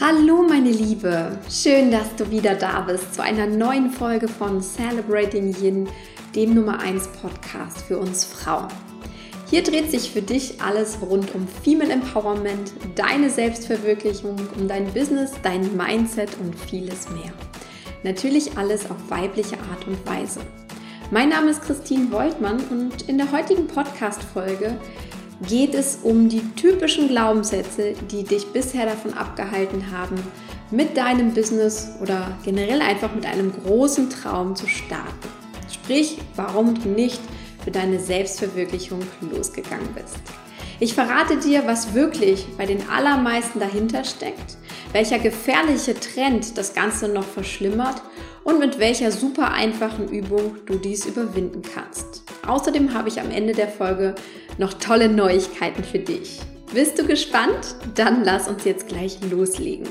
Hallo meine Liebe, schön, dass du wieder da bist zu einer neuen Folge von Celebrating Yin, dem Nummer 1 Podcast für uns Frauen. Hier dreht sich für dich alles rund um Female Empowerment, deine Selbstverwirklichung, um dein Business, dein Mindset und vieles mehr. Natürlich alles auf weibliche Art und Weise. Mein Name ist Christine Woltmann und in der heutigen Podcast-Folge geht es um die typischen Glaubenssätze, die dich bisher davon abgehalten haben, mit deinem Business oder generell einfach mit einem großen Traum zu starten. Sprich, warum du nicht für deine Selbstverwirklichung losgegangen bist. Ich verrate dir, was wirklich bei den allermeisten dahinter steckt, welcher gefährliche Trend das Ganze noch verschlimmert und mit welcher super einfachen Übung du dies überwinden kannst. Außerdem habe ich am Ende der Folge noch tolle Neuigkeiten für dich. Bist du gespannt? Dann lass uns jetzt gleich loslegen.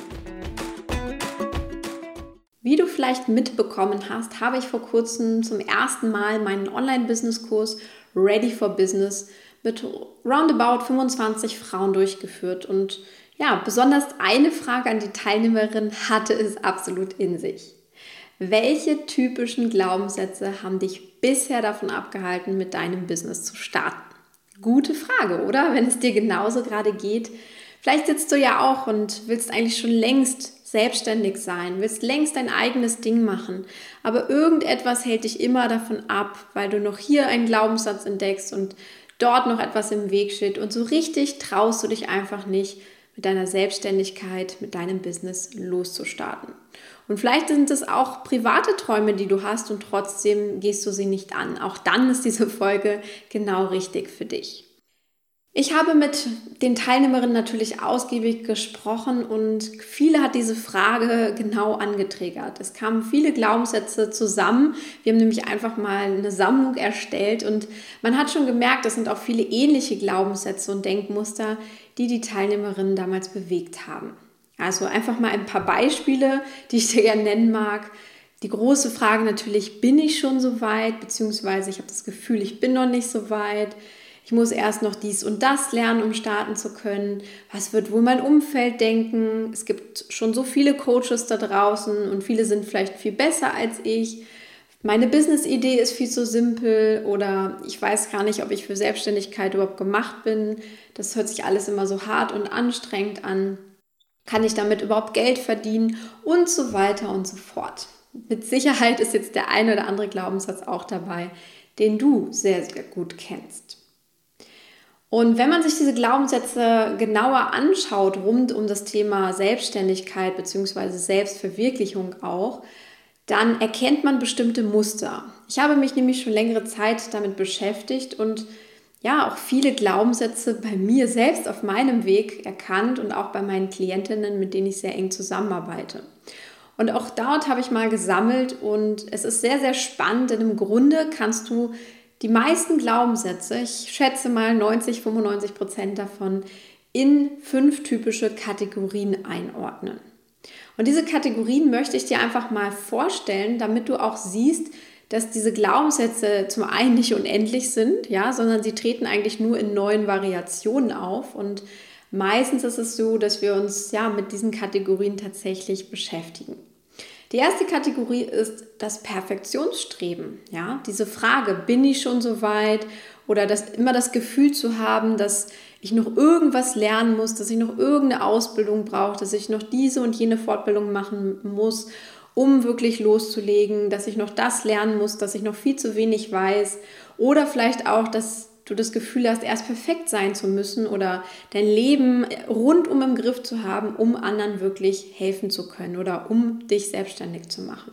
Wie du vielleicht mitbekommen hast, habe ich vor kurzem zum ersten Mal meinen Online-Business-Kurs Ready for Business mit roundabout 25 Frauen durchgeführt. Und ja, besonders eine Frage an die Teilnehmerin hatte es absolut in sich. Welche typischen Glaubenssätze haben dich bisher davon abgehalten, mit deinem Business zu starten? Gute Frage, oder? Wenn es dir genauso gerade geht. Vielleicht sitzt du ja auch und willst eigentlich schon längst selbstständig sein, willst längst dein eigenes Ding machen, aber irgendetwas hält dich immer davon ab, weil du noch hier einen Glaubenssatz entdeckst und dort noch etwas im Weg steht und so richtig traust du dich einfach nicht, mit deiner Selbstständigkeit, mit deinem Business loszustarten. Und vielleicht sind es auch private Träume, die du hast und trotzdem gehst du sie nicht an. Auch dann ist diese Folge genau richtig für dich. Ich habe mit den Teilnehmerinnen natürlich ausgiebig gesprochen und viele hat diese Frage genau angetriggert. Es kamen viele Glaubenssätze zusammen. Wir haben nämlich einfach mal eine Sammlung erstellt und man hat schon gemerkt, es sind auch viele ähnliche Glaubenssätze und Denkmuster, die Teilnehmerinnen damals bewegt haben. Also einfach mal ein paar Beispiele, die ich dir gerne nennen mag. Die große Frage natürlich, bin ich schon so weit? Beziehungsweise ich habe das Gefühl, ich bin noch nicht so weit. Ich muss erst noch dies und das lernen, um starten zu können. Was wird wohl mein Umfeld denken? Es gibt schon so viele Coaches da draußen und viele sind vielleicht viel besser als ich. Meine Business-Idee ist viel zu simpel oder ich weiß gar nicht, ob ich für Selbstständigkeit überhaupt gemacht bin. Das hört sich alles immer so hart und anstrengend an. Kann ich damit überhaupt Geld verdienen? Und so weiter und so fort. Mit Sicherheit ist jetzt der ein oder andere Glaubenssatz auch dabei, den du sehr, sehr gut kennst. Und wenn man sich diese Glaubenssätze genauer anschaut, rund um das Thema Selbstständigkeit bzw. Selbstverwirklichung auch, dann erkennt man bestimmte Muster. Ich habe mich nämlich schon längere Zeit damit beschäftigt und ja, auch viele Glaubenssätze bei mir selbst auf meinem Weg erkannt und auch bei meinen Klientinnen, mit denen ich sehr eng zusammenarbeite. Und auch dort habe ich mal gesammelt und es ist sehr, sehr spannend, denn im Grunde kannst du die meisten Glaubenssätze, ich schätze mal 90-95% davon, in 5 typische Kategorien einordnen. Und diese Kategorien möchte ich dir einfach mal vorstellen, damit du auch siehst, dass diese Glaubenssätze zum einen nicht unendlich sind, ja, sondern sie treten eigentlich nur in neuen Variationen auf. Und meistens ist es so, dass wir uns ja mit diesen Kategorien tatsächlich beschäftigen. Die erste Kategorie ist das Perfektionsstreben. Ja? Diese Frage, bin ich schon so weit? Oder immer das Gefühl zu haben, dass ich noch irgendwas lernen muss, dass ich noch irgendeine Ausbildung brauche, dass ich noch diese und jene Fortbildung machen muss, um wirklich loszulegen, dass ich noch das lernen muss, dass ich noch viel zu wenig weiß. Oder vielleicht auch, dass du das Gefühl hast, erst perfekt sein zu müssen oder dein Leben rundum im Griff zu haben, um anderen wirklich helfen zu können oder um dich selbstständig zu machen.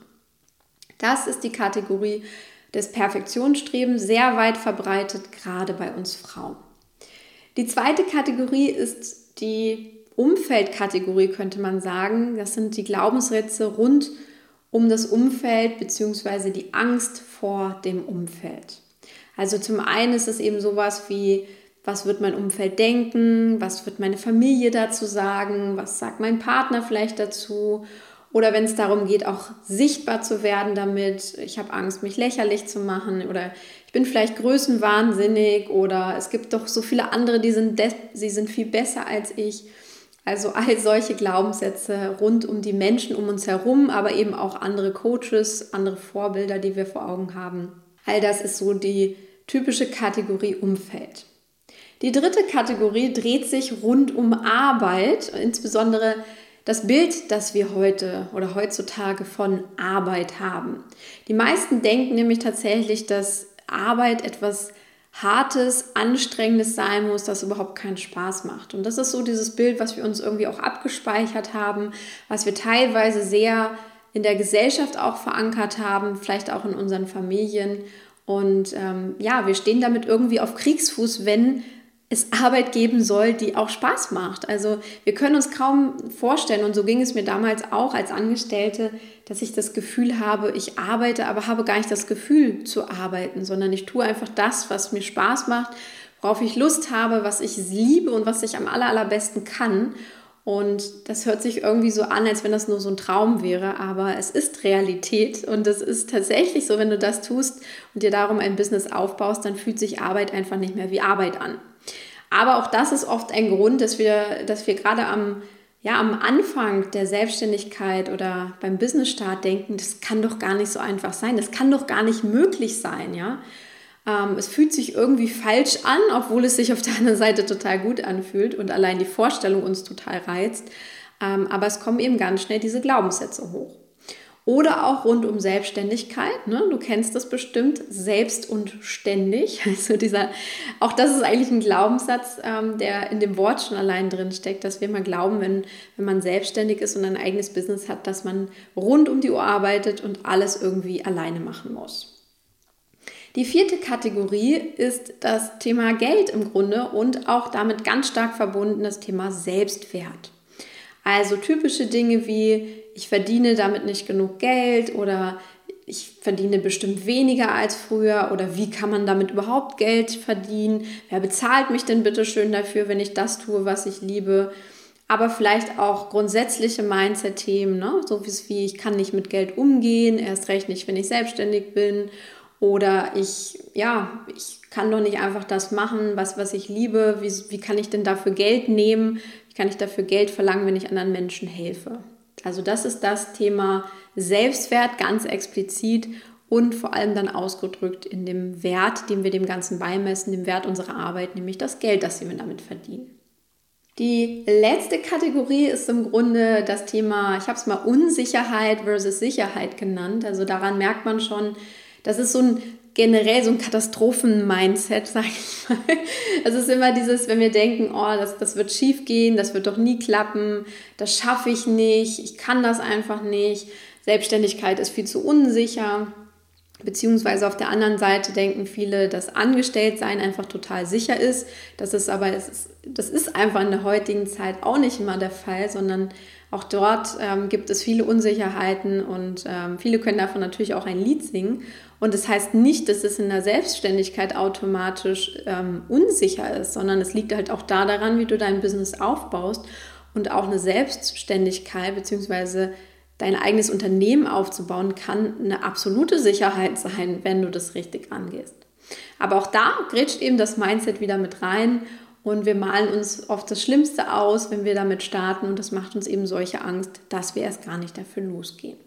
Das ist die Kategorie des Perfektionsstrebens, sehr weit verbreitet, gerade bei uns Frauen. Die zweite Kategorie ist die Umfeldkategorie, könnte man sagen. Das sind die Glaubenssätze rund um das Umfeld bzw. die Angst vor dem Umfeld. Also zum einen ist es eben sowas wie, was wird mein Umfeld denken, was wird meine Familie dazu sagen, was sagt mein Partner vielleicht dazu oder wenn es darum geht, auch sichtbar zu werden damit, ich habe Angst, mich lächerlich zu machen oder ich bin vielleicht größenwahnsinnig oder es gibt doch so viele andere, sie sind viel besser als ich. Also all solche Glaubenssätze rund um die Menschen um uns herum, aber eben auch andere Coaches, andere Vorbilder, die wir vor Augen haben. All das ist so die typische Kategorie Umfeld. Die dritte Kategorie dreht sich rund um Arbeit, insbesondere das Bild, das wir heute oder heutzutage von Arbeit haben. Die meisten denken nämlich tatsächlich, dass Arbeit etwas Hartes, Anstrengendes sein muss, das überhaupt keinen Spaß macht. Und das ist so dieses Bild, was wir uns irgendwie auch abgespeichert haben, was wir teilweise sehr in der Gesellschaft auch verankert haben, vielleicht auch in unseren Familien. Und wir stehen damit irgendwie auf Kriegsfuß, wenn es Arbeit geben soll, die auch Spaß macht. Also wir können uns kaum vorstellen, und so ging es mir damals auch als Angestellte, dass ich das Gefühl habe, ich arbeite, aber habe gar nicht das Gefühl zu arbeiten, sondern ich tue einfach das, was mir Spaß macht, worauf ich Lust habe, was ich liebe und was ich am allerbesten kann. Und das hört sich irgendwie so an, als wenn das nur so ein Traum wäre, aber es ist Realität und es ist tatsächlich so, wenn du das tust und dir darum ein Business aufbaust, dann fühlt sich Arbeit einfach nicht mehr wie Arbeit an. Aber auch das ist oft ein Grund, dass wir gerade am Anfang der Selbstständigkeit oder beim Businessstart denken, das kann doch gar nicht so einfach sein, das kann doch gar nicht möglich sein, ja. Es fühlt sich irgendwie falsch an, obwohl es sich auf der anderen Seite total gut anfühlt und allein die Vorstellung uns total reizt. Aber es kommen eben ganz schnell diese Glaubenssätze hoch. Oder auch rund um Selbstständigkeit, ne? Du kennst das bestimmt, selbst und ständig. Also auch das ist eigentlich ein Glaubenssatz, der in dem Wort schon allein drin steckt, dass wir mal glauben, wenn man selbstständig ist und ein eigenes Business hat, dass man rund um die Uhr arbeitet und alles irgendwie alleine machen muss. Die vierte Kategorie ist das Thema Geld im Grunde und auch damit ganz stark verbunden das Thema Selbstwert. Also typische Dinge wie, ich verdiene damit nicht genug Geld oder ich verdiene bestimmt weniger als früher oder wie kann man damit überhaupt Geld verdienen? Wer bezahlt mich denn bitte schön dafür, wenn ich das tue, was ich liebe? Aber vielleicht auch grundsätzliche Mindset-Themen, ne? So wie ich kann nicht mit Geld umgehen, erst recht nicht, wenn ich selbstständig bin. Oder ich kann doch nicht einfach das machen, was ich liebe. Wie kann ich denn dafür Geld nehmen? Wie kann ich dafür Geld verlangen, wenn ich anderen Menschen helfe? Also das ist das Thema Selbstwert ganz explizit und vor allem dann ausgedrückt in dem Wert, den wir dem Ganzen beimessen, dem Wert unserer Arbeit, nämlich das Geld, das wir damit verdienen. Die letzte Kategorie ist im Grunde das Thema, ich habe es mal Unsicherheit versus Sicherheit genannt. Also daran merkt man schon, das ist generell so ein Katastrophen-Mindset, sage ich mal. Es ist immer dieses, wenn wir denken, das wird schief gehen, das wird doch nie klappen, das schaffe ich nicht, ich kann das einfach nicht, Selbstständigkeit ist viel zu unsicher. Beziehungsweise auf der anderen Seite denken viele, dass Angestelltsein einfach total sicher ist. Das ist einfach in der heutigen Zeit auch nicht immer der Fall, sondern auch dort gibt es viele Unsicherheiten und viele können davon natürlich auch ein Lied singen. Und das heißt nicht, dass es in der Selbstständigkeit automatisch unsicher ist, sondern es liegt halt auch daran, wie du dein Business aufbaust und auch eine Selbstständigkeit beziehungsweise dein eigenes Unternehmen aufzubauen, kann eine absolute Sicherheit sein, wenn du das richtig angehst. Aber auch da grätscht eben das Mindset wieder mit rein und wir malen uns oft das Schlimmste aus, wenn wir damit starten und das macht uns eben solche Angst, dass wir erst gar nicht dafür losgehen.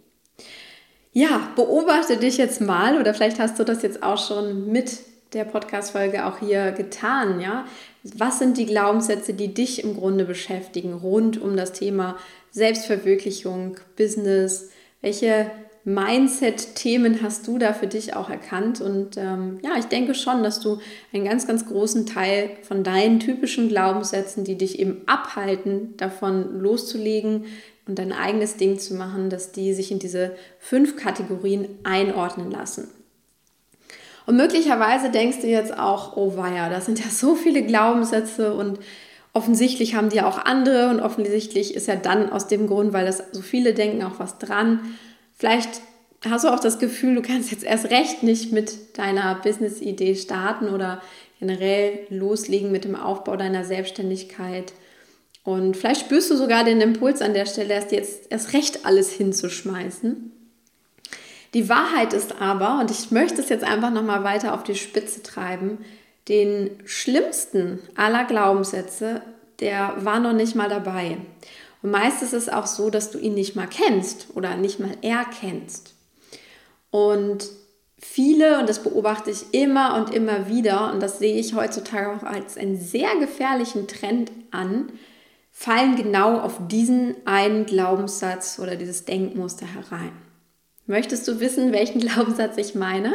Ja, beobachte dich jetzt mal oder vielleicht hast du das jetzt auch schon mit der Podcast-Folge auch hier getan, ja? Was sind die Glaubenssätze, die dich im Grunde beschäftigen, rund um das Thema Selbstverwirklichung, Business? Welche Mindset-Themen hast du da für dich auch erkannt? Und ich denke schon, dass du einen ganz, ganz großen Teil von deinen typischen Glaubenssätzen, die dich eben abhalten, davon loszulegen und dein eigenes Ding zu machen, dass die sich in diese 5 Kategorien einordnen lassen. Und möglicherweise denkst du jetzt auch, oh weia, das sind ja so viele Glaubenssätze und offensichtlich haben die ja auch andere und offensichtlich ist ja dann aus dem Grund, weil das so viele denken, auch was dran. Vielleicht hast du auch das Gefühl, du kannst jetzt erst recht nicht mit deiner Business-Idee starten oder generell loslegen mit dem Aufbau deiner Selbstständigkeit. Und vielleicht spürst du sogar den Impuls an der Stelle, jetzt erst recht alles hinzuschmeißen. Die Wahrheit ist aber, und ich möchte es jetzt einfach nochmal weiter auf die Spitze treiben, den schlimmsten aller Glaubenssätze der war noch nicht mal dabei. Und meist ist es auch so, dass du ihn nicht mal kennst oder nicht mal erkennst. Und viele, und das beobachte ich immer und immer wieder, und das sehe ich heutzutage auch als einen sehr gefährlichen Trend an, fallen genau auf diesen einen Glaubenssatz oder dieses Denkmuster herein. Möchtest du wissen, welchen Glaubenssatz ich meine?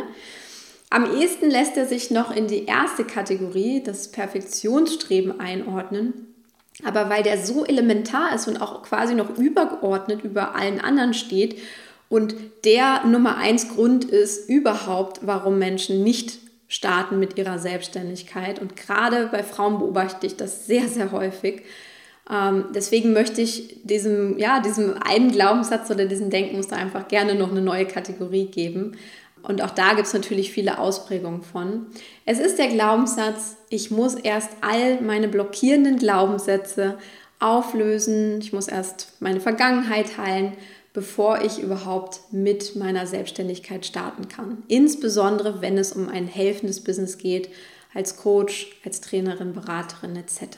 Am ehesten lässt er sich noch in die erste Kategorie, das Perfektionsstreben, einordnen. Aber weil der so elementar ist und auch quasi noch übergeordnet über allen anderen steht und der Nummer 1 Grund ist überhaupt, warum Menschen nicht starten mit ihrer Selbstständigkeit. Und gerade bei Frauen beobachte ich das sehr, sehr häufig. Deswegen möchte ich diesem einen Glaubenssatz oder diesem Denkmuster einfach gerne noch eine neue Kategorie geben. Und auch da gibt es natürlich viele Ausprägungen von. Es ist der Glaubenssatz, ich muss erst all meine blockierenden Glaubenssätze auflösen, ich muss erst meine Vergangenheit heilen, bevor ich überhaupt mit meiner Selbstständigkeit starten kann. Insbesondere, wenn es um ein helfendes Business geht, als Coach, als Trainerin, Beraterin etc.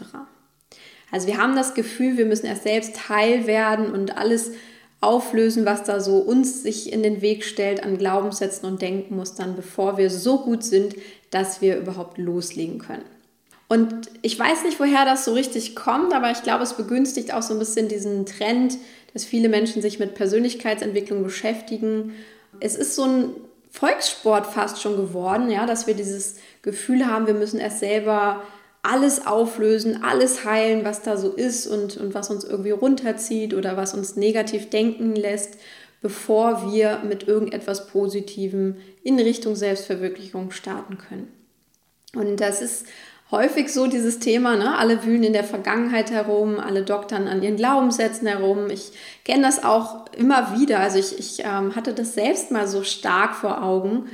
Also wir haben das Gefühl, wir müssen erst selbst heil werden und alles auflösen, was da so uns sich in den Weg stellt an Glaubenssätzen und Denkmustern, bevor wir so gut sind, dass wir überhaupt loslegen können. Und ich weiß nicht, woher das so richtig kommt, aber ich glaube, es begünstigt auch so ein bisschen diesen Trend, dass viele Menschen sich mit Persönlichkeitsentwicklung beschäftigen. Es ist so ein Volkssport fast schon geworden, ja, dass wir dieses Gefühl haben, wir müssen erst selber alles auflösen, alles heilen, was da so ist und was uns irgendwie runterzieht oder was uns negativ denken lässt, bevor wir mit irgendetwas Positivem in Richtung Selbstverwirklichung starten können. Und das ist häufig so dieses Thema, ne? Alle wühlen in der Vergangenheit herum, alle doktern an ihren Glaubenssätzen herum. Ich kenne das auch immer wieder, also ich hatte das selbst mal so stark vor Augen,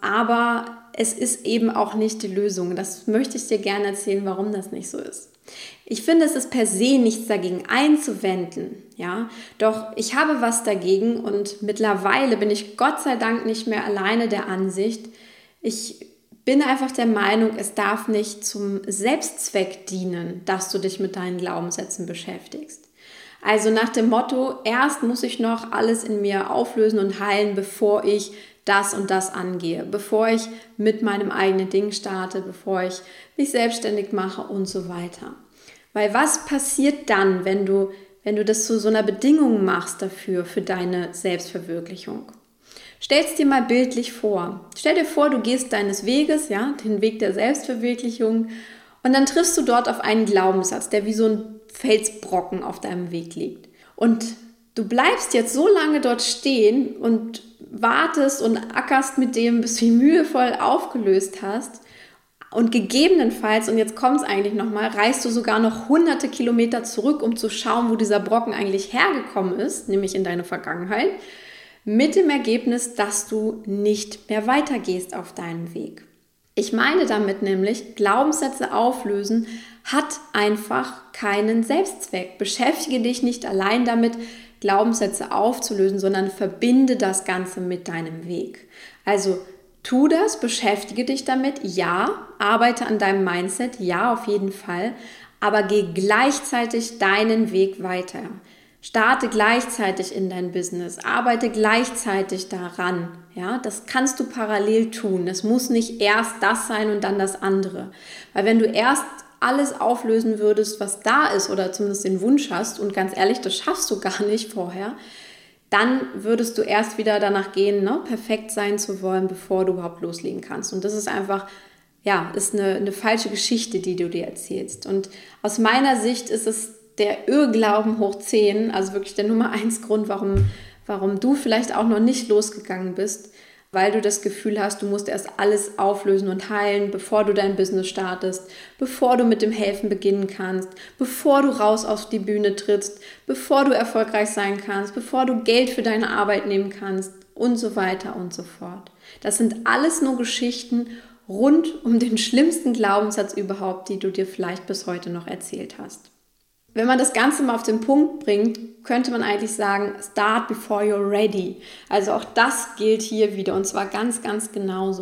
aber es ist eben auch nicht die Lösung. Das möchte ich dir gerne erzählen, warum das nicht so ist. Ich finde, es ist per se nichts dagegen einzuwenden, ja. Doch ich habe was dagegen und mittlerweile bin ich Gott sei Dank nicht mehr alleine der Ansicht. Ich bin einfach der Meinung, es darf nicht zum Selbstzweck dienen, dass du dich mit deinen Glaubenssätzen beschäftigst. Also nach dem Motto, erst muss ich noch alles in mir auflösen und heilen, bevor ich das und das angehe, bevor ich mit meinem eigenen Ding starte, bevor ich mich selbstständig mache und so weiter. Weil was passiert dann, wenn du das zu so einer Bedingung machst dafür, für deine Selbstverwirklichung? Stell es dir mal bildlich vor. Stell dir vor, du gehst deines Weges, ja, den Weg der Selbstverwirklichung, und dann triffst du dort auf einen Glaubenssatz, der wie so ein Felsbrocken auf deinem Weg liegt. Und du bleibst jetzt so lange dort stehen und wartest und ackerst mit dem, bis du ihn mühevoll aufgelöst hast. Und gegebenenfalls, und jetzt kommt es eigentlich nochmal, reist du sogar noch hunderte Kilometer zurück, um zu schauen, wo dieser Brocken eigentlich hergekommen ist, nämlich in deine Vergangenheit, mit dem Ergebnis, dass du nicht mehr weitergehst auf deinem Weg. Ich meine damit nämlich, Glaubenssätze auflösen hat einfach keinen Selbstzweck. Beschäftige dich nicht allein damit, Glaubenssätze aufzulösen, sondern verbinde das Ganze mit deinem Weg. Also tu das, beschäftige dich damit, ja, arbeite an deinem Mindset, ja, auf jeden Fall, aber geh gleichzeitig deinen Weg weiter. Starte gleichzeitig in dein Business, arbeite gleichzeitig daran. Ja, das kannst du parallel tun. Es muss nicht erst das sein und dann das andere. Weil wenn du erst alles auflösen würdest, was da ist oder zumindest den Wunsch hast, und ganz ehrlich, das schaffst du gar nicht vorher, dann würdest du erst wieder danach gehen, ne, perfekt sein zu wollen, bevor du überhaupt loslegen kannst. Und das ist einfach, ja, ist eine falsche Geschichte, die du dir erzählst. Und aus meiner Sicht ist es der Irrglauben hoch 10, also wirklich der Nummer 1 Grund, warum du vielleicht auch noch nicht losgegangen bist, weil du das Gefühl hast, du musst erst alles auflösen und heilen, bevor du dein Business startest, bevor du mit dem Helfen beginnen kannst, bevor du raus auf die Bühne trittst, bevor du erfolgreich sein kannst, bevor du Geld für deine Arbeit nehmen kannst und so weiter und so fort. Das sind alles nur Geschichten rund um den schlimmsten Glaubenssatz überhaupt, die du dir vielleicht bis heute noch erzählt hast. Wenn man das Ganze mal auf den Punkt bringt, könnte man eigentlich sagen, start before you're ready. Also auch das gilt hier wieder und zwar ganz, ganz genauso.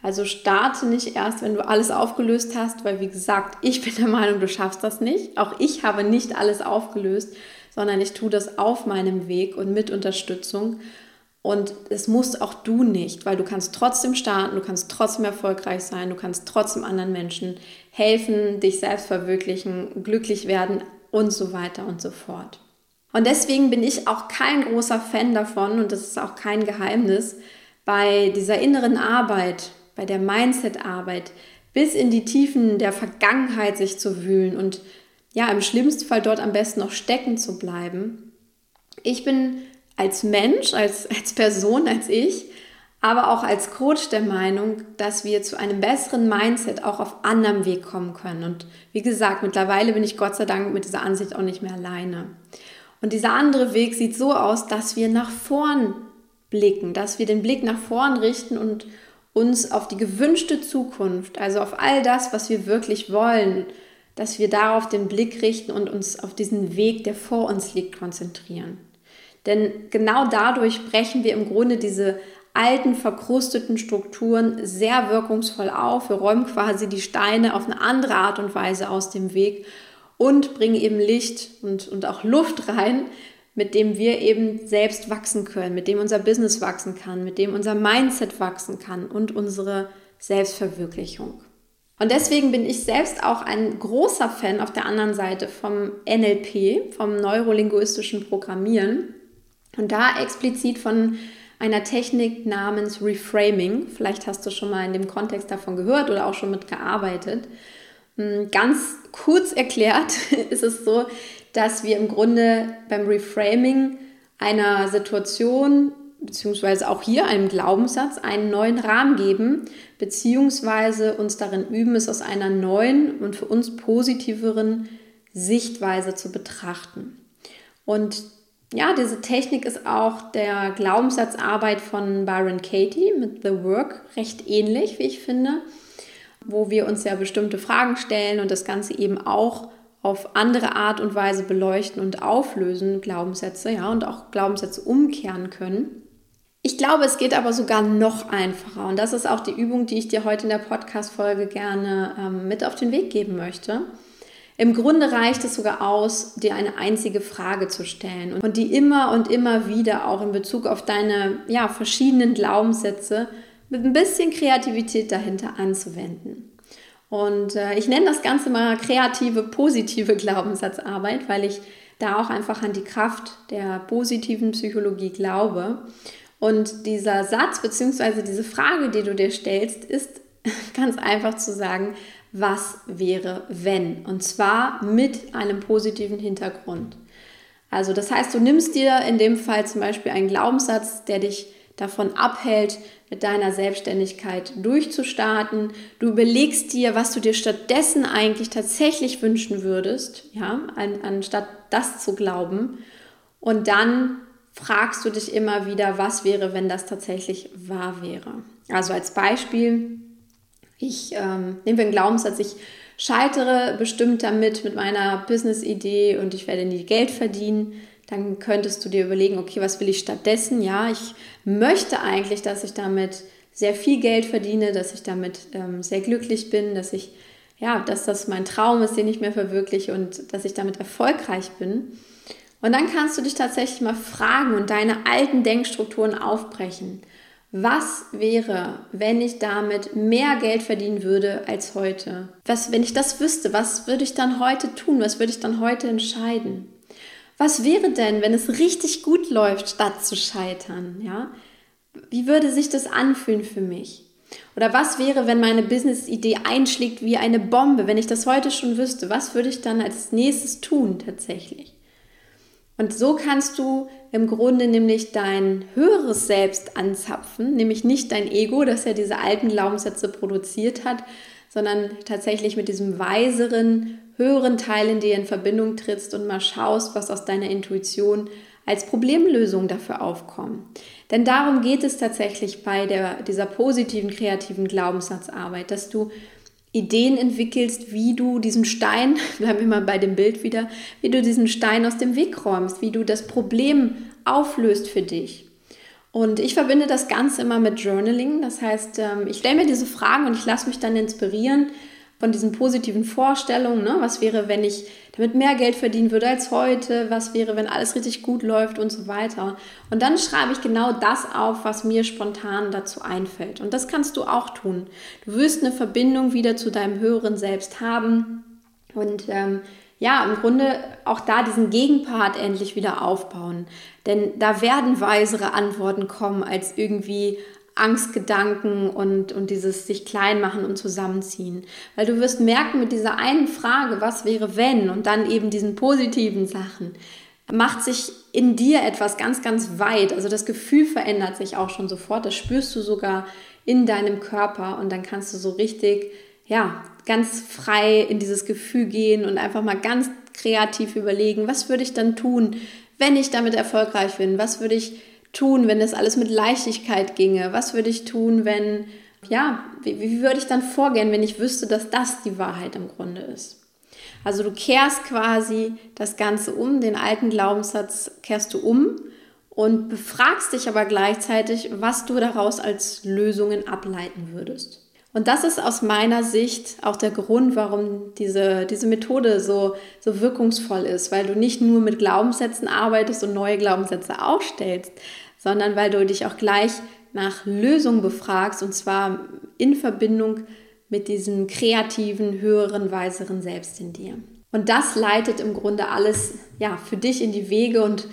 Also starte nicht erst, wenn du alles aufgelöst hast, weil wie gesagt, ich bin der Meinung, du schaffst das nicht. Auch ich habe nicht alles aufgelöst, sondern ich tue das auf meinem Weg und mit Unterstützung. Und es musst auch du nicht, weil du kannst trotzdem starten, du kannst trotzdem erfolgreich sein, du kannst trotzdem anderen Menschen helfen, dich selbst verwirklichen, glücklich werden und so weiter und so fort. Und deswegen bin ich auch kein großer Fan davon, und das ist auch kein Geheimnis, bei dieser inneren Arbeit, bei der Mindset-Arbeit, bis in die Tiefen der Vergangenheit sich zu wühlen und ja, im schlimmsten Fall dort am besten noch stecken zu bleiben. Ich bin als Mensch, als Person, als ich, aber auch als Coach der Meinung, dass wir zu einem besseren Mindset auch auf anderem Weg kommen können. Und wie gesagt, mittlerweile bin ich Gott sei Dank mit dieser Ansicht auch nicht mehr alleine. Und dieser andere Weg sieht so aus, dass wir nach vorn blicken, dass wir den Blick nach vorn richten und uns auf die gewünschte Zukunft, also auf all das, was wir wirklich wollen, dass wir darauf den Blick richten und uns auf diesen Weg, der vor uns liegt, konzentrieren. Denn genau dadurch brechen wir im Grunde diese alten, verkrusteten Strukturen sehr wirkungsvoll auf. Wir räumen quasi die Steine auf eine andere Art und Weise aus dem Weg und bringen eben Licht und auch Luft rein, mit dem wir eben selbst wachsen können, mit dem unser Business wachsen kann, mit dem unser Mindset wachsen kann und unsere Selbstverwirklichung. Und deswegen bin ich selbst auch ein großer Fan auf der anderen Seite vom NLP, vom neurolinguistischen Programmieren und da explizit von einer Technik namens Reframing. Vielleicht hast du schon mal in dem Kontext davon gehört oder auch schon mitgearbeitet. Ganz kurz erklärt ist es so, dass wir im Grunde beim Reframing einer Situation beziehungsweise auch hier einem Glaubenssatz einen neuen Rahmen geben, beziehungsweise uns darin üben, es aus einer neuen und für uns positiveren Sichtweise zu betrachten. Und ja, diese Technik ist auch der Glaubenssatzarbeit von Byron Katie mit The Work recht ähnlich, wie ich finde, wo wir uns ja bestimmte Fragen stellen und das Ganze eben auch auf andere Art und Weise beleuchten und auflösen, Glaubenssätze, ja, und auch Glaubenssätze umkehren können. Ich glaube, es geht aber sogar noch einfacher und das ist auch die Übung, die ich dir heute in der Podcast-Folge gerne mit auf den Weg geben möchte. Im Grunde reicht es sogar aus, dir eine einzige Frage zu stellen und die immer und immer wieder auch in Bezug auf deine verschiedenen Glaubenssätze mit ein bisschen Kreativität dahinter anzuwenden. Und ich nenne das Ganze mal kreative, positive Glaubenssatzarbeit, weil ich da auch einfach an die Kraft der positiven Psychologie glaube. Und dieser Satz bzw. diese Frage, die du dir stellst, ist ganz einfach zu sagen, was wäre, wenn? Und zwar mit einem positiven Hintergrund. Also das heißt, du nimmst dir in dem Fall zum Beispiel einen Glaubenssatz, der dich davon abhält, mit deiner Selbstständigkeit durchzustarten. Du überlegst dir, was du dir stattdessen eigentlich tatsächlich wünschen würdest, ja, anstatt das zu glauben. Und dann fragst du dich immer wieder, was wäre, wenn das tatsächlich wahr wäre. Also als Beispiel, nehmen wir einen Glaubenssatz, ich scheitere bestimmt damit mit meiner Business-Idee und ich werde nie Geld verdienen. Dann könntest du dir überlegen, okay, was will ich stattdessen? Ja, ich möchte eigentlich, dass ich damit sehr viel Geld verdiene, dass ich damit sehr glücklich bin, dass das mein Traum ist, den ich mir verwirkliche und dass ich damit erfolgreich bin. Und dann kannst du dich tatsächlich mal fragen und deine alten Denkstrukturen aufbrechen. Was wäre, wenn ich damit mehr Geld verdienen würde als heute? Wenn ich das wüsste, was würde ich dann heute tun? Was würde ich dann heute entscheiden? Was wäre denn, wenn es richtig gut läuft, statt zu scheitern? Ja? Wie würde sich das anfühlen für mich? Oder was wäre, wenn meine Business-Idee einschlägt wie eine Bombe? Wenn ich das heute schon wüsste, was würde ich dann als nächstes tun tatsächlich? Und so kannst du im Grunde nämlich dein höheres Selbst anzapfen, nämlich nicht dein Ego, das ja diese alten Glaubenssätze produziert hat, sondern tatsächlich mit diesem weiseren, höheren Teil in dir in Verbindung trittst und mal schaust, was aus deiner Intuition als Problemlösung dafür aufkommt. Denn darum geht es tatsächlich bei dieser positiven, kreativen Glaubenssatzarbeit, dass du Ideen entwickelst, wie du diesen Stein, bleiben wir mal bei dem Bild wieder, wie du diesen Stein aus dem Weg räumst, wie du das Problem auflöst für dich. Und ich verbinde das Ganze immer mit Journaling. Das heißt, ich stelle mir diese Fragen und ich lasse mich dann inspirieren von diesen positiven Vorstellungen. Ne? Was wäre, wenn ich damit mehr Geld verdienen würde als heute? Was wäre, wenn alles richtig gut läuft und so weiter? Und dann schreibe ich genau das auf, was mir spontan dazu einfällt. Und das kannst du auch tun. Du wirst eine Verbindung wieder zu deinem höheren Selbst haben und im Grunde auch da diesen Gegenpart endlich wieder aufbauen. Denn da werden weisere Antworten kommen als irgendwie Angstgedanken und dieses sich klein machen und zusammenziehen. Weil du wirst merken, mit dieser einen Frage, was wäre wenn, und dann eben diesen positiven Sachen, macht sich in dir etwas ganz, ganz weit. Also das Gefühl verändert sich auch schon sofort. Das spürst du sogar in deinem Körper und dann kannst du so richtig, ganz frei in dieses Gefühl gehen und einfach mal ganz kreativ überlegen, was würde ich dann tun, wenn ich damit erfolgreich bin? Was würde ich tun, wenn das alles mit Leichtigkeit ginge? Was würde ich tun, wenn, wie würde ich dann vorgehen, wenn ich wüsste, dass das die Wahrheit im Grunde ist? Also du kehrst quasi das Ganze um, den alten Glaubenssatz kehrst du um und befragst dich aber gleichzeitig, was du daraus als Lösungen ableiten würdest. Und das ist aus meiner Sicht auch der Grund, warum diese Methode so wirkungsvoll ist, weil du nicht nur mit Glaubenssätzen arbeitest und neue Glaubenssätze aufstellst, sondern weil du dich auch gleich nach Lösungen befragst und zwar in Verbindung mit diesem kreativen, höheren, weiseren Selbst in dir. Und das leitet im Grunde alles für dich in die Wege und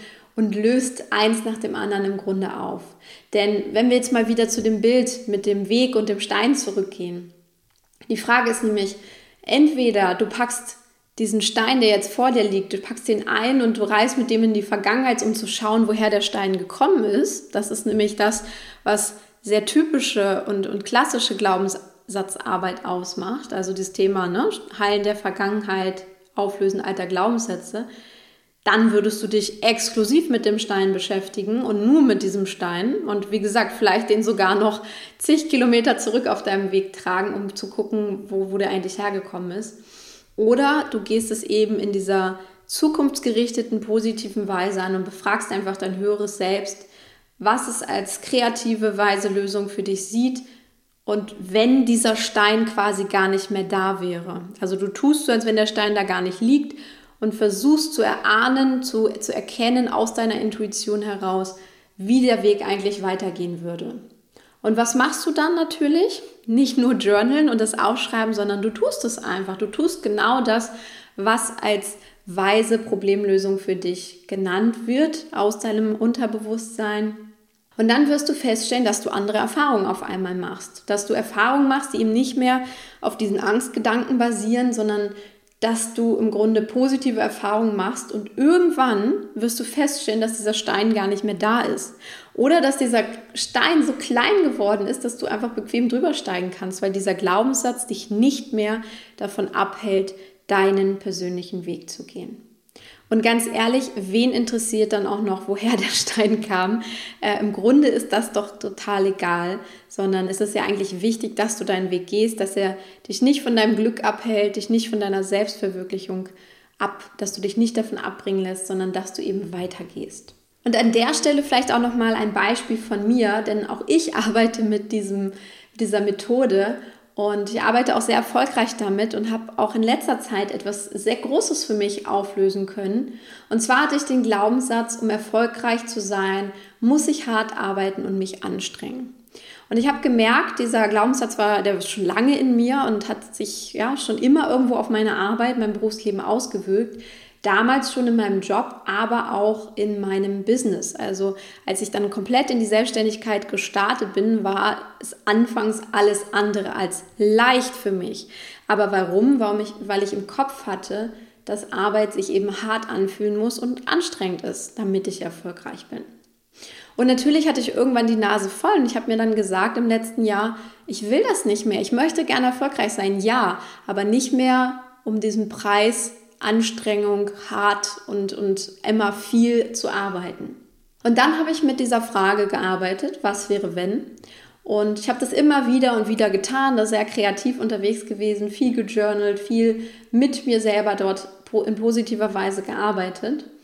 löst eins nach dem anderen im Grunde auf. Denn wenn wir jetzt mal wieder zu dem Bild mit dem Weg und dem Stein zurückgehen, die Frage ist nämlich, entweder du packst diesen Stein, der jetzt vor dir liegt, du packst den ein und du reist mit dem in die Vergangenheit, um zu schauen, woher der Stein gekommen ist. Das ist nämlich das, was sehr typische und klassische Glaubenssatzarbeit ausmacht. Also das Thema Heilen der Vergangenheit, Auflösen alter Glaubenssätze. Dann würdest du dich exklusiv mit dem Stein beschäftigen und nur mit diesem Stein und wie gesagt, vielleicht den sogar noch zig Kilometer zurück auf deinem Weg tragen, um zu gucken, wo der eigentlich hergekommen ist. Oder du gehst es eben in dieser zukunftsgerichteten, positiven Weise an und befragst einfach dein höheres Selbst, was es als kreative, weise Lösung für dich sieht und wenn dieser Stein quasi gar nicht mehr da wäre. Also du tust so, als wenn der Stein da gar nicht liegt und versuchst zu erahnen, zu erkennen aus deiner Intuition heraus, wie der Weg eigentlich weitergehen würde. Und was machst du dann natürlich? Nicht nur journalen und das aufschreiben, sondern du tust es einfach. Du tust genau das, was als weise Problemlösung für dich genannt wird aus deinem Unterbewusstsein. Und dann wirst du feststellen, dass du andere Erfahrungen auf einmal machst. Dass du Erfahrungen machst, die eben nicht mehr auf diesen Angstgedanken basieren, sondern dass du im Grunde positive Erfahrungen machst und irgendwann wirst du feststellen, dass dieser Stein gar nicht mehr da ist. Oder dass dieser Stein so klein geworden ist, dass du einfach bequem drüber steigen kannst, weil dieser Glaubenssatz dich nicht mehr davon abhält, deinen persönlichen Weg zu gehen. Und ganz ehrlich, wen interessiert dann auch noch, woher der Stein kam? Im Grunde ist das doch total egal, sondern es ist ja eigentlich wichtig, dass du deinen Weg gehst, dass er dich nicht von deinem Glück abhält, dich nicht von deiner Selbstverwirklichung dass du dich nicht davon abbringen lässt, sondern dass du eben weitergehst. Und an der Stelle vielleicht auch nochmal ein Beispiel von mir, denn auch ich arbeite mit dieser Methode. Und ich arbeite auch sehr erfolgreich damit und habe auch in letzter Zeit etwas sehr Großes für mich auflösen können. Und zwar hatte ich den Glaubenssatz, um erfolgreich zu sein, muss ich hart arbeiten und mich anstrengen. Und ich habe gemerkt, dieser Glaubenssatz der ist schon lange in mir und hat sich schon immer irgendwo auf meine Arbeit, mein Berufsleben ausgewirkt. Damals schon in meinem Job, aber auch in meinem Business. Also als ich dann komplett in die Selbstständigkeit gestartet bin, war es anfangs alles andere als leicht für mich. Aber warum? Weil ich im Kopf hatte, dass Arbeit sich eben hart anfühlen muss und anstrengend ist, damit ich erfolgreich bin. Und natürlich hatte ich irgendwann die Nase voll und ich habe mir dann gesagt im letzten Jahr, ich will das nicht mehr. Ich möchte gerne erfolgreich sein, ja, aber nicht mehr um diesen Preis Anstrengung, hart und immer viel zu arbeiten. Und dann habe ich mit dieser Frage gearbeitet, was wäre wenn? Und ich habe das immer wieder und wieder getan, da sehr kreativ unterwegs gewesen, viel gejournalt, viel mit mir selber dort in positiver Weise gearbeitet.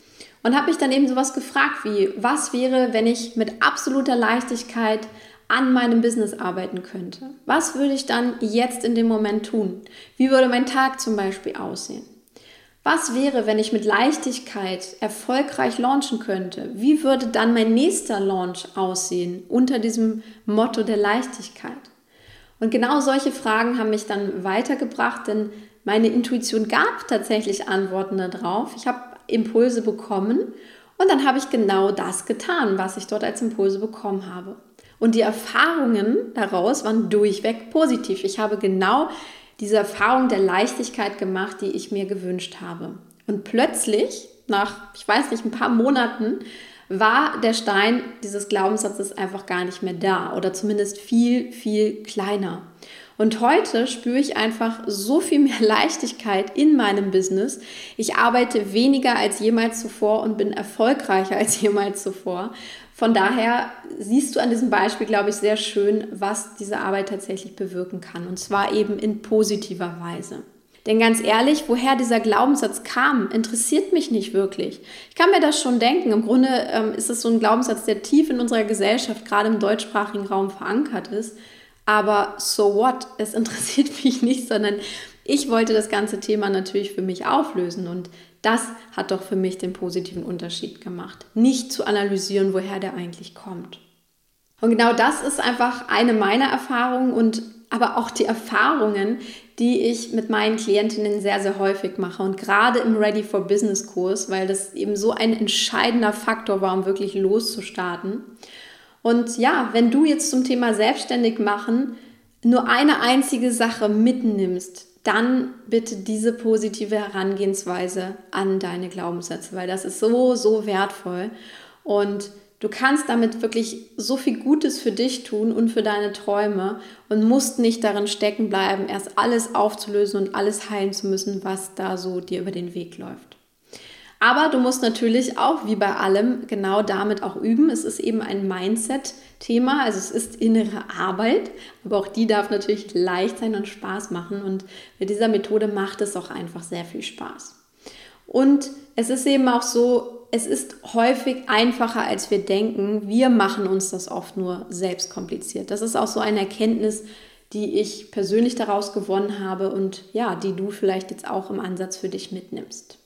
Und habe mich dann eben sowas gefragt wie, was wäre, wenn ich mit absoluter Leichtigkeit an meinem Business arbeiten könnte? Was würde ich dann jetzt in dem Moment tun? Wie würde mein Tag zum Beispiel aussehen? Was wäre, wenn ich mit Leichtigkeit erfolgreich launchen könnte? Wie würde dann mein nächster Launch aussehen unter diesem Motto der Leichtigkeit? Und genau solche Fragen haben mich dann weitergebracht, denn meine Intuition gab tatsächlich Antworten darauf. Ich habe Impulse bekommen und dann habe ich genau das getan, was ich dort als Impulse bekommen habe. Und die Erfahrungen daraus waren durchweg positiv. Ich habe genau diese Erfahrung der Leichtigkeit gemacht, die ich mir gewünscht habe. Und plötzlich, nach, ich weiß nicht, ein paar Monaten, war der Stein dieses Glaubenssatzes einfach gar nicht mehr da oder zumindest viel, viel kleiner. Und heute spüre ich einfach so viel mehr Leichtigkeit in meinem Business. Ich arbeite weniger als jemals zuvor und bin erfolgreicher als jemals zuvor. Von daher siehst du an diesem Beispiel, glaube ich, sehr schön, was diese Arbeit tatsächlich bewirken kann. Und zwar eben in positiver Weise. Denn ganz ehrlich, woher dieser Glaubenssatz kam, interessiert mich nicht wirklich. Ich kann mir das schon denken. Im Grunde ist es so ein Glaubenssatz, der tief in unserer Gesellschaft, gerade im deutschsprachigen Raum, verankert ist. Aber so what? Es interessiert mich nicht, sondern ich wollte das ganze Thema natürlich für mich auflösen. Und das hat doch für mich den positiven Unterschied gemacht. Nicht zu analysieren, woher der eigentlich kommt. Und genau das ist einfach eine meiner Erfahrungen und aber auch die Erfahrungen, die ich mit meinen Klientinnen sehr, sehr häufig mache und gerade im Ready for Business Kurs, weil das eben so ein entscheidender Faktor war, um wirklich loszustarten. Und ja, wenn du jetzt zum Thema selbstständig machen nur eine einzige Sache mitnimmst, dann bitte diese positive Herangehensweise an deine Glaubenssätze, weil das ist so, so wertvoll und du kannst damit wirklich so viel Gutes für dich tun und für deine Träume und musst nicht darin stecken bleiben, erst alles aufzulösen und alles heilen zu müssen, was da so dir über den Weg läuft. Aber du musst natürlich auch, wie bei allem, genau damit auch üben. Es ist eben ein Mindset-Thema, also es ist innere Arbeit, aber auch die darf natürlich leicht sein und Spaß machen und mit dieser Methode macht es auch einfach sehr viel Spaß. Und es ist eben auch so, es ist häufig einfacher, als wir denken. Wir machen uns das oft nur selbst kompliziert. Das ist auch so eine Erkenntnis, die ich persönlich daraus gewonnen habe und ja, die du vielleicht jetzt auch im Ansatz für dich mitnimmst.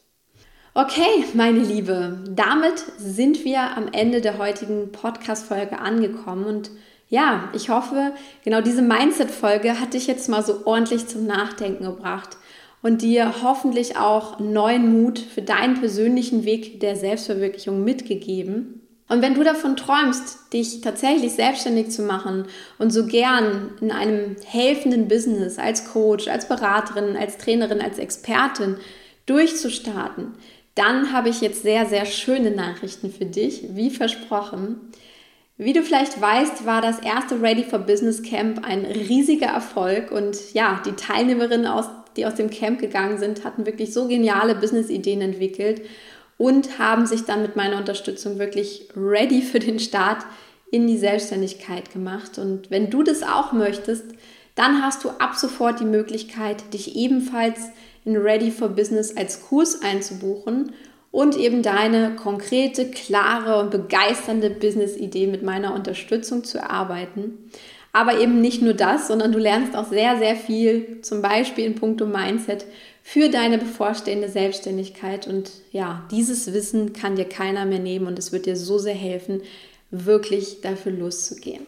Okay, meine Liebe, damit sind wir am Ende der heutigen Podcast-Folge angekommen und ja, ich hoffe, genau diese Mindset-Folge hat dich jetzt mal so ordentlich zum Nachdenken gebracht und dir hoffentlich auch neuen Mut für deinen persönlichen Weg der Selbstverwirklichung mitgegeben. Und wenn du davon träumst, dich tatsächlich selbstständig zu machen und so gern in einem helfenden Business als Coach, als Beraterin, als Trainerin, als Expertin durchzustarten, dann habe ich jetzt sehr, sehr schöne Nachrichten für dich, wie versprochen. Wie du vielleicht weißt, war das erste Ready for Business Camp ein riesiger Erfolg und ja, die Teilnehmerinnen, die aus dem Camp gegangen sind, hatten wirklich so geniale Business-Ideen entwickelt und haben sich dann mit meiner Unterstützung wirklich ready für den Start in die Selbstständigkeit gemacht. Und wenn du das auch möchtest, dann hast du ab sofort die Möglichkeit, dich ebenfalls in Ready for Business als Kurs einzubuchen und eben deine konkrete, klare und begeisternde Business-Idee mit meiner Unterstützung zu erarbeiten. Aber eben nicht nur das, sondern du lernst auch sehr, sehr viel, zum Beispiel in puncto Mindset, für deine bevorstehende Selbstständigkeit. Und ja, dieses Wissen kann dir keiner mehr nehmen und es wird dir so sehr helfen, wirklich dafür loszugehen.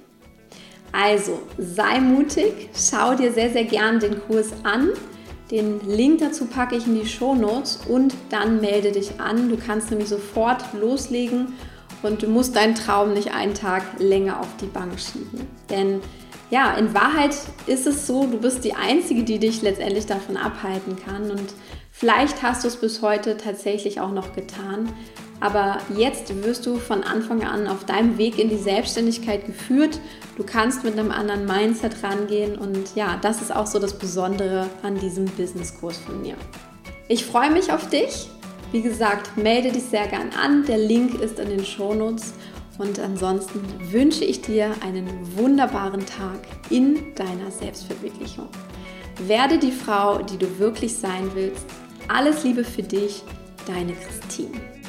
Also, sei mutig, schau dir sehr, sehr gern den Kurs an. Den Link dazu packe ich in die Shownotes und dann melde dich an. Du kannst nämlich sofort loslegen und du musst deinen Traum nicht einen Tag länger auf die Bank schieben. Denn ja, in Wahrheit ist es so, du bist die Einzige, die dich letztendlich davon abhalten kann. Und vielleicht hast du es bis heute tatsächlich auch noch getan. Aber jetzt wirst du von Anfang an auf deinem Weg in die Selbstständigkeit geführt. Du kannst mit einem anderen Mindset rangehen und ja, das ist auch so das Besondere an diesem Businesskurs von mir. Ich freue mich auf dich. Wie gesagt, melde dich sehr gern an. Der Link ist in den Shownotes. Und ansonsten wünsche ich dir einen wunderbaren Tag in deiner Selbstverwirklichung. Werde die Frau, die du wirklich sein willst. Alles Liebe für dich, deine Christine.